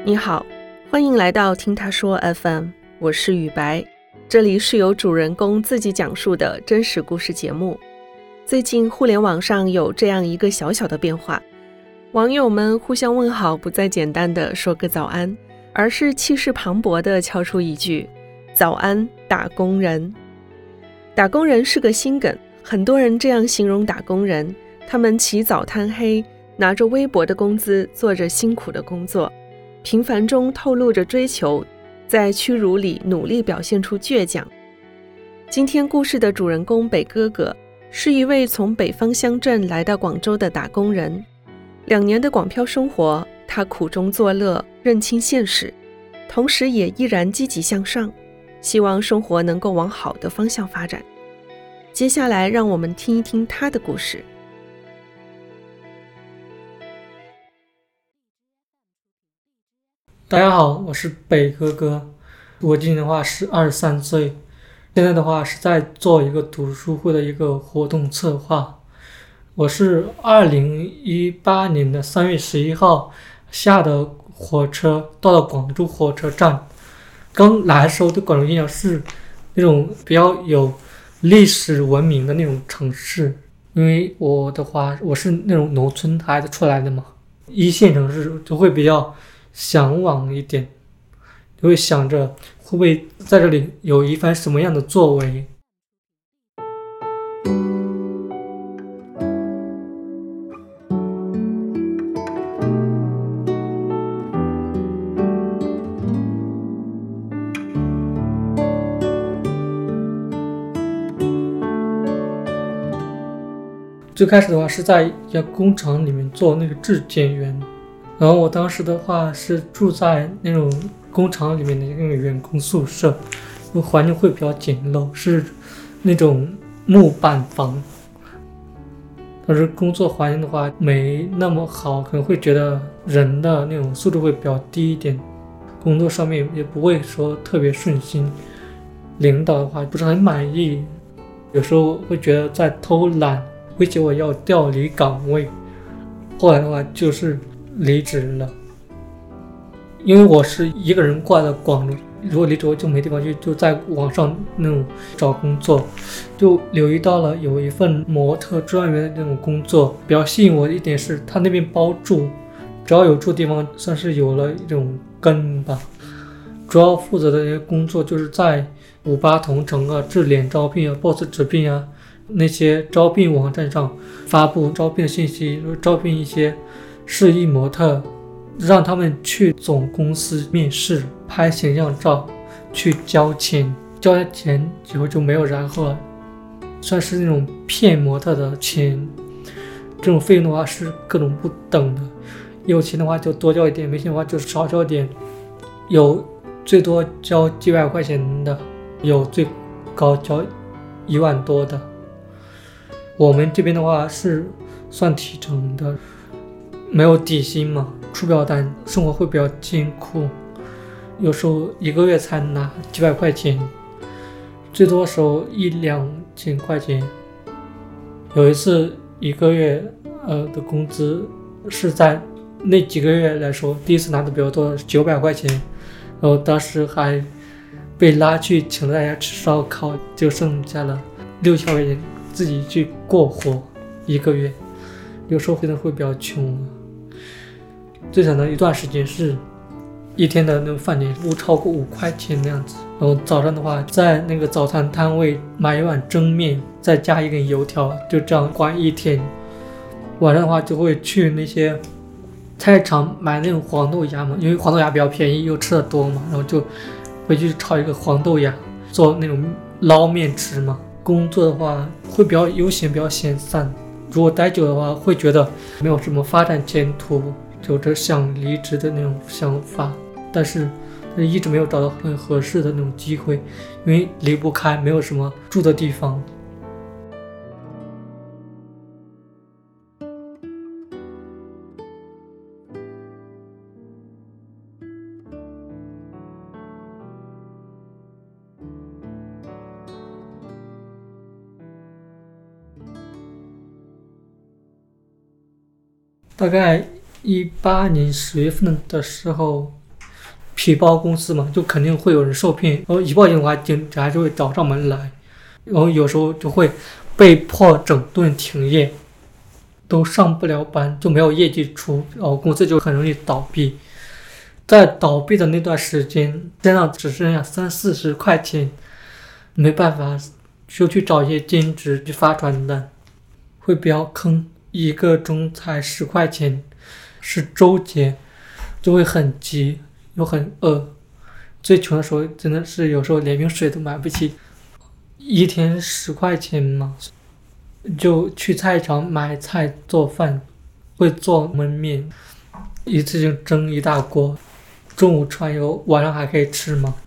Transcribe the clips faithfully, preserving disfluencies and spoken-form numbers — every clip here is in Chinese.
你好，欢迎来到听他说 F M， 我是雨白，这里是由主人公自己讲述的真实故事节目。最近互联网上有这样一个小小的变化，网友们互相问好不再简单的说个早安，而是气势磅礴地敲出一句早安打工人。打工人是个新梗，很多人这样形容打工人，他们起早贪黑，拿着微薄的工资，做着辛苦的工作，平凡中透露着追求，在屈辱里努力表现出倔强。今天故事的主人公北哥哥是一位从北方乡镇来到广州的打工人，两年的广漂生活，他苦中作乐，认清现实，同时也依然积极向上，希望生活能够往好的方向发展。接下来让我们听一听他的故事。 大家好，我是北哥哥，我今年的话是二十三岁，现在的话是在做一个读书会的一个活动策划。我是二零一八年的三月十一号下的火车，到了广州火车站。刚来的时候对广州印象是那种比较有历史文明的那种城市，因为我的话我是那种农村孩子出来的嘛，一线城市就会比较向往一点，就会想着会不会在这里有一番什么样的作为。最开始的话是在一家工厂里面做那个质检员，然后我当时的话是住在那种工厂里面的那个员工宿舍，环境会比较简陋，是那种木板房，但是工作环境的话没那么好，可能会觉得人的那种素质会比较低一点，工作上面也不会说特别顺心，领导的话不是很满意，有时候会觉得在偷懒，威胁我要调离岗位，后来的话就是离职了。因为我是一个人过来的广州，如果离职就没地方去，就在网上那种找工作，就留意到了有一份模特专员的那种工作。比较吸引我的一点是他那边包住，只要有住地方算是有了一种根吧。主要负责的一些工作就是在五八同城啊、智联招聘啊、boss 直聘啊那些招聘网站上发布招聘的信息，招聘一些示意模特，让他们去总公司面试，拍形象照，去交钱，交了钱以后就没有然后了，算是那种骗模特的钱。这种费用的话是各种不等的，有钱的话就多交一点，没钱的话就少交一点，有最多交几百块钱的，有最高交一万多的。我们这边的话是算提成的，没有底薪嘛，出不了单，生活会比较艰苦，有时候一个月才拿几百块钱，最多的时候一两千块钱。有一次一个月呃的工资是在那几个月来说第一次拿的比较多，九百块钱，然后当时还被拉去请大家吃烧烤，就剩下了六千块钱自己去过活一个月，有时候可能会比较穷。最惨的一段时间是一天的那种饭钱不超过五块钱那样子，然后早上的话在那个早餐摊位买一碗蒸面，再加一根油条，就这样过一天。晚上的话就会去那些菜市场买那种黄豆芽嘛，因为黄豆芽比较便宜又吃的多嘛，然后就回去炒一个黄豆芽做那种捞面吃嘛。工作的话会比较悠闲，比较闲散，如果待久的话会觉得没有什么发展前途，有着想离职的那种想法，但是一直没有找到很合适的那种机会，因为离不开，没有什么住的地方。大概一八年十月份的时候， 皮包公司嘛，就肯定会有人受骗，然后一报警的话，警察就会找上门来，然后有时候就会被迫整顿停业，都上不了班，就没有业绩出，然后公司就很容易倒闭。在倒闭的那段时间，身上只剩下三四十块钱，没办法，就去找一些兼职去发传单，会比较坑，一个钟才十块钱，是周结，就会很急又很饿。最穷的时候真的是有时候连瓶水都买不起，一天十块钱嘛，就去菜场买菜做饭，会做焖面，一次性蒸一大锅，中午吃完以后晚上还可以吃吗？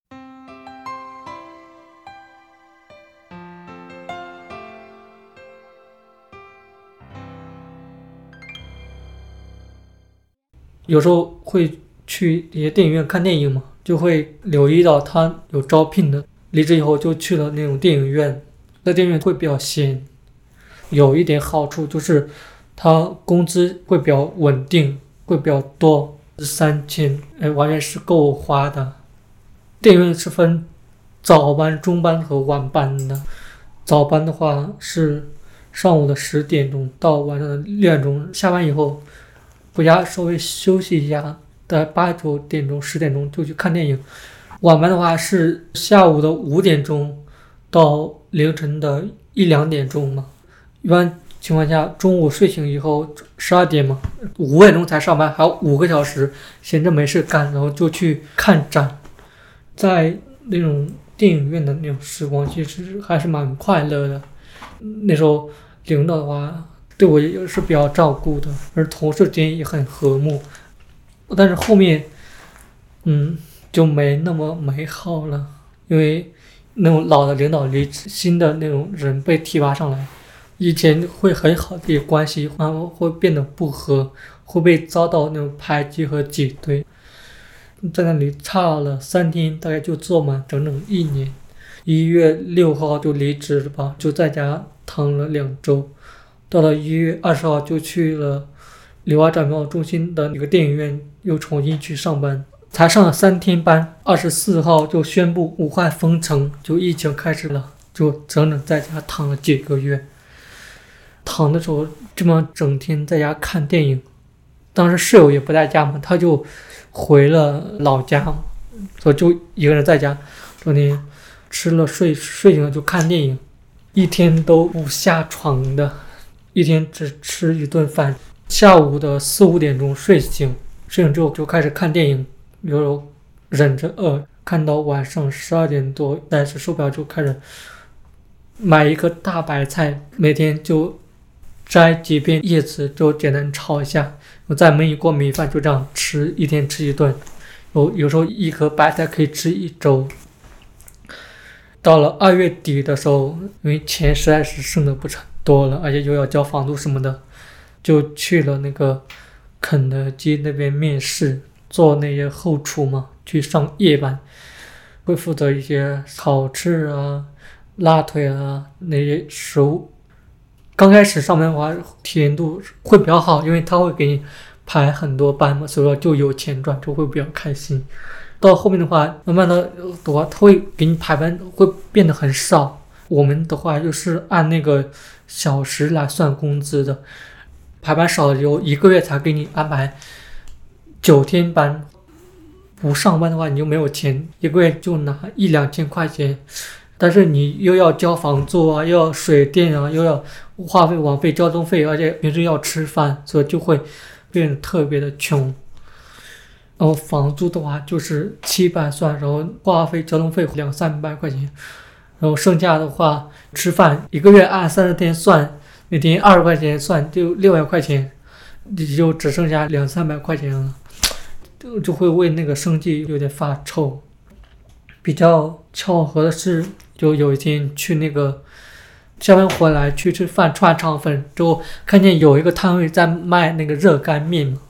有时候会去一些电影院看电影嘛，就会留意到他有招聘的，离职以后就去了那种电影院，在电影院会比较闲，有一点好处就是他工资会比较稳定，会比较多，三千，哎，完全是够花的。电影院是分早班、中班和晚班的，早班的话是上午的十点钟到晚上的六点钟，下班以后回家稍微休息一下，在八九点钟、十点钟就去看电影。晚班的话是下午的五点钟到凌晨的一两点钟嘛。一般情况下，中午睡醒以后十二点嘛，五点钟才上班，还有五个小时闲着没事干，然后就去看展。在那种电影院的那种时光，其实还是蛮快乐的。那时候领导的话对我也是比较照顾的，而同事之间也很和睦。但是后面，嗯，就没那么美好了，因为那种老的领导离职，新的那种人被提拔上来，以前会很好的一些关系，然后会变得不和，会被遭到那种排挤和挤兑。在那里差了三天，大概就做满整整一年。一月六号就离职了吧，就在家躺了两周。到了一月二十号就去了柳华展贸中心的一个电影院，又重新去上班，才上了三天班。二十四号就宣布武汉封城，就疫情开始了，就整整在家躺了几个月。躺的时候这么整天在家看电影，当时室友也不在家嘛，他就回了老家，所以就一个人在家，昨天吃了睡睡醒了就看电影，一天都不下床的，一天只吃一顿饭，下午的四五点钟睡醒，睡醒之后就开始看电影，有时候忍着饿看到晚上十二点多，但是受不了就开始买一个大白菜，每天就摘几片叶子就简单炒一下，我再焖一锅米饭，就这样吃，一天吃一顿。有有时候一颗白菜可以吃一周。到了二月底的时候，因为钱实在是剩的不成多了，而且又要交房租什么的，就去了那个肯德基那边面试，做那些后厨嘛，去上夜班，会负责一些烤翅啊、辣腿啊那些食物。刚开始上班的话，体验度会比较好，因为他会给你排很多班嘛，所以说就有钱赚，就会比较开心。到后面的话，慢慢的的话，他会给你排班，会变得很少。我们的话就是按那个小时来算工资的，排班少了以后，一个月才给你安排九天班。不上班的话，你就没有钱，一个月就拿一两千块钱。但是你又要交房租啊，又要水电啊，又要话费、网费、交通费，而且平时要吃饭，所以就会变得特别的穷。然后房租的话就是七百算，然后话费、交通费两三百块钱，然后剩下的话吃饭一个月按三十天算，每天二十块钱算，就六百块钱，你就只剩下两三百块钱了，就就会为那个生计有点发愁。比较巧合的是，就有一天去那个下班回来去吃饭串肠粉，之后看见有一个摊位在卖那个热干面嘛。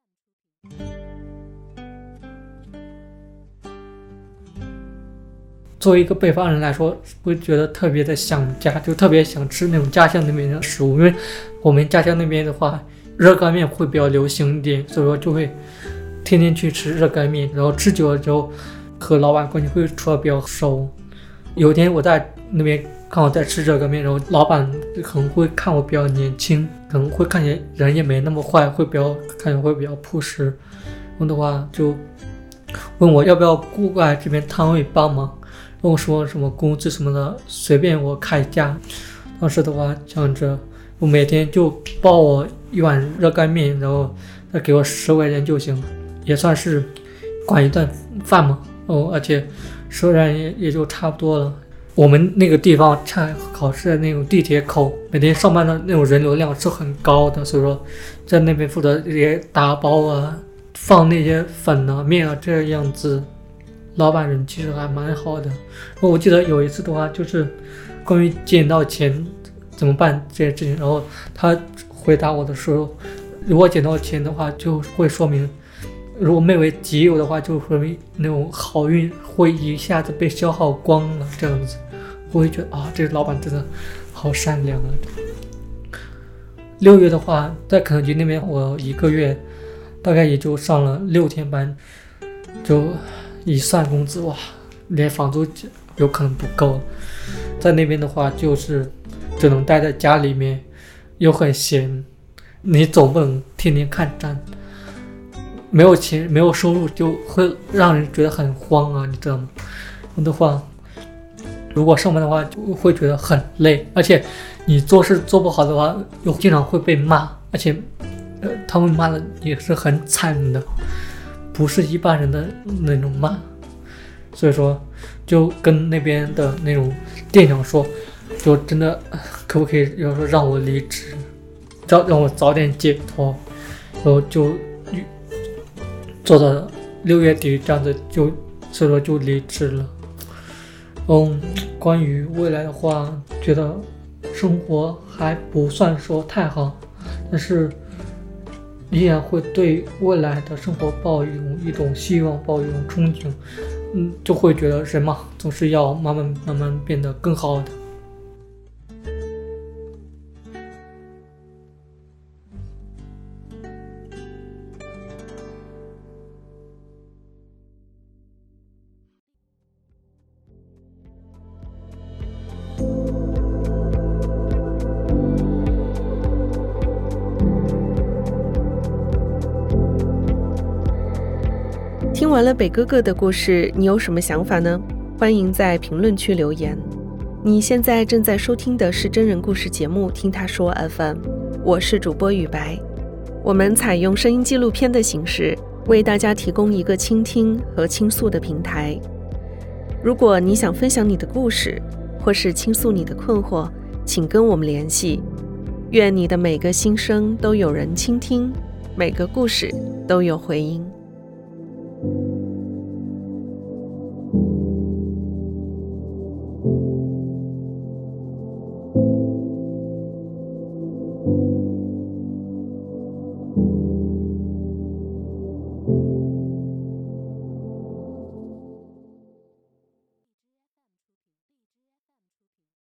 作为一个北方人来说，会觉得特别的想家，就特别想吃那种家乡那边的食物，因为我们家乡那边的话，热干面会比较流行一点，所以说就会天天去吃热干面，然后吃久了之后和老板关系会处得比较熟。有一天我在那边看我在吃热干面，然后老板可能会看我比较年轻，可能会看起来人也没那么坏，会比较看起来会比较朴实，然后的话就问我要不要过来这边摊位帮忙，跟我说什么工资什么的随便我开价。当时的话想着我每天就包我一碗热干面，然后再给我十块钱就行，也算是管一顿饭嘛。哦，而且十块钱也也就差不多了。我们那个地方恰好是在那种地铁口，每天上班的那种人流量是很高的，所以说在那边负责这些打包啊、放那些粉啊、面啊这样子。老板人其实还蛮好的。我记得有一次的话，就是关于捡到钱怎么办这件事情，然后他回答我的时候，如果捡到钱的话，就会说明如果没为己有的话，就说明那种好运会一下子被消耗光了，这样子。我会觉得啊，这个老板真的好善良啊。六月的话，在肯德基那边，我一个月大概也就上了六天班，就一算工资，哇，连房租有可能不够。在那边的话，就是只能待在家里面，又很闲，你总不能天天看展。没有钱没有收入就会让人觉得很慌啊，你知道吗？我的话如果上班的话就会觉得很累，而且你做事做不好的话又经常会被骂，而且呃，他们骂的也是很惨的，不是一般人的那种骂。所以说就跟那边的那种店长说，就真的可不可以要说让我离职，让让我早点解脱，然后就做到六月底这样子，就所以说就离职了。嗯，关于未来的话，觉得生活还不算说太好，但是依然会对未来的生活抱有一种希望，抱有一种憧憬。嗯，就会觉得人嘛，总是要慢慢慢慢变得更好的。 听完了北哥哥的故事，你有什么想法呢？欢迎在评论区留言。你现在正在收听的是真人故事节目《听他说 F M》， 我是主播雨白。我们采用声音纪录片的形式，为大家提供一个倾听和倾诉的平台。如果你想分享你的故事，或是倾诉你的困惑，请跟我们联系。愿你的每个心声都有人倾听，每个故事都有回音。